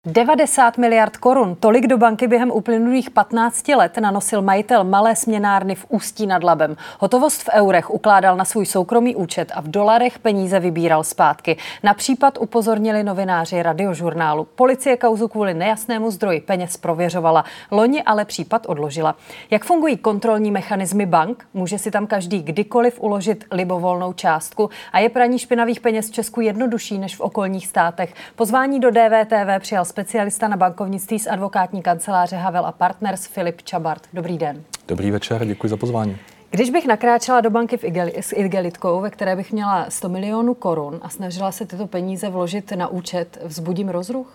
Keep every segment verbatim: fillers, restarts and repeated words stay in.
devadesát miliard korun. Tolik do banky během uplynulých patnácti let nanosil majitel malé směnárny v Ústí nad Labem. Hotovost v eurech ukládal na svůj soukromý účet a v dolarech peníze vybíral zpátky. Na případ upozornili novináři Radiožurnálu. Policie kauzu kvůli nejasnému zdroji peněz prověřovala. Loni ale případ odložila. Jak fungují kontrolní mechanismy bank? Může si tam každý kdykoliv uložit libovolnou částku? A je praní špinavých peněz v Česku jednodušší než v okolních státech? Pozvání do D V T V přijal specialista na bankovnictví z advokátní kanceláře Havel a Partners Filip Čabart. Dobrý den. Dobrý večer, děkuji za pozvání. Když bych nakráčela do banky v igeli, s igelitkou, ve které bych měla sto milionů korun a snažila se tyto peníze vložit na účet, vzbudím rozruch?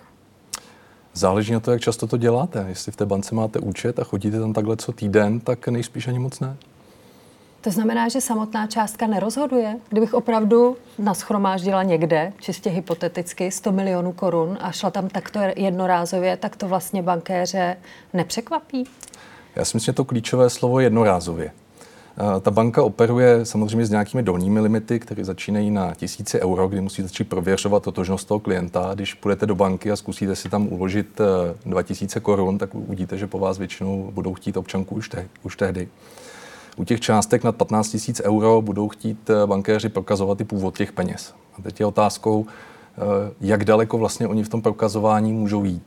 Záleží na to, jak často to děláte. Jestli v té bance máte účet a chodíte tam takhle co týden, tak nejspíš ani moc ne. To znamená, že samotná částka nerozhoduje? Kdybych opravdu nashromáždila někde, čistě hypoteticky, sto milionů korun a šla tam takto jednorázově, tak to vlastně bankéře nepřekvapí? Já si myslím, že to klíčové slovo je jednorázově. Ta banka operuje samozřejmě s nějakými dolními limity, které začínají na tisíci euro, kdy musíte začít prověřovat totožnost toho klienta. Když půjdete do banky a zkusíte si tam uložit dva tisíce korun, tak uvidíte, že po vás většinou budou chtít občanku už, te- už tehdy. U těch částek nad patnáct tisíc euro budou chtít bankéři prokazovat i původ těch peněz. A teď je otázkou, jak daleko vlastně oni v tom prokazování můžou jít.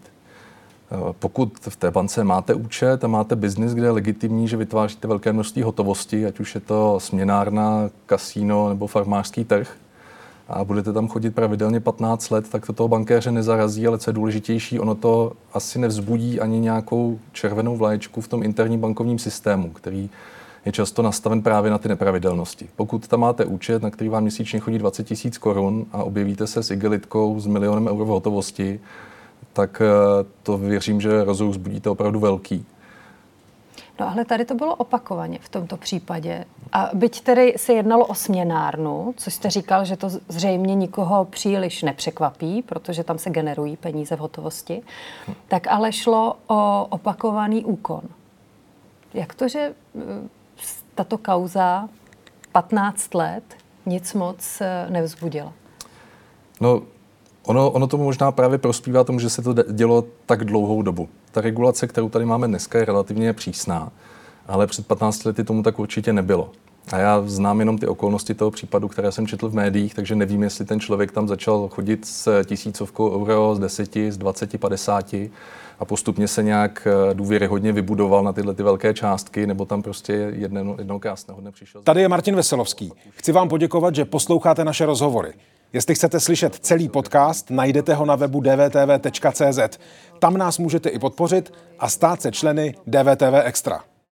Pokud v té bance máte účet a máte biznis, kde je legitimní, že vytváříte velké množství hotovosti, ať už je to směnárna, kasíno nebo farmářský trh, a budete tam chodit pravidelně patnáct let, tak to toho bankéře nezarazí, ale co je důležitější, ono to asi nevzbudí ani nějakou červenou vlaječku v tom interním bankovním systému, který je často nastaven právě na ty nepravidelnosti. Pokud tam máte účet, na který vám měsíčně chodí dvacet tisíc korun a objevíte se s igelitkou s milionem euro v hotovosti, tak to věřím, že rozruch vzbudíte opravdu velký. No ale tady to bylo opakovaně v tomto případě. A byť tedy se jednalo o směnárnu, což jste říkal, že to zřejmě nikoho příliš nepřekvapí, protože tam se generují peníze v hotovosti, hm. tak ale šlo o opakovaný úkon. Jak to, že tato kauza patnáct let nic moc nevzbudila? No, ono, ono to možná právě prospívá tomu, že se to dělo tak dlouhou dobu. Ta regulace, kterou tady máme dneska, je relativně přísná, ale před patnácti lety tomu tak určitě nebylo. A já znám jenom ty okolnosti toho případu, které jsem četl v médiích, takže nevím, jestli ten člověk tam začal chodit s tisícovkou euro, z deseti, z dvaceti, padesáti a postupně se nějak důvěryhodně vybudoval na tyhle ty velké částky, nebo tam prostě jedno, jednoho krásného dne přišel. Tady je Martin Veselovský. Chci vám poděkovat, že posloucháte naše rozhovory. Jestli chcete slyšet celý podcast, najdete ho na webu d v t v tečka c z. Tam nás můžete i podpořit a stát se členy D V T V Extra.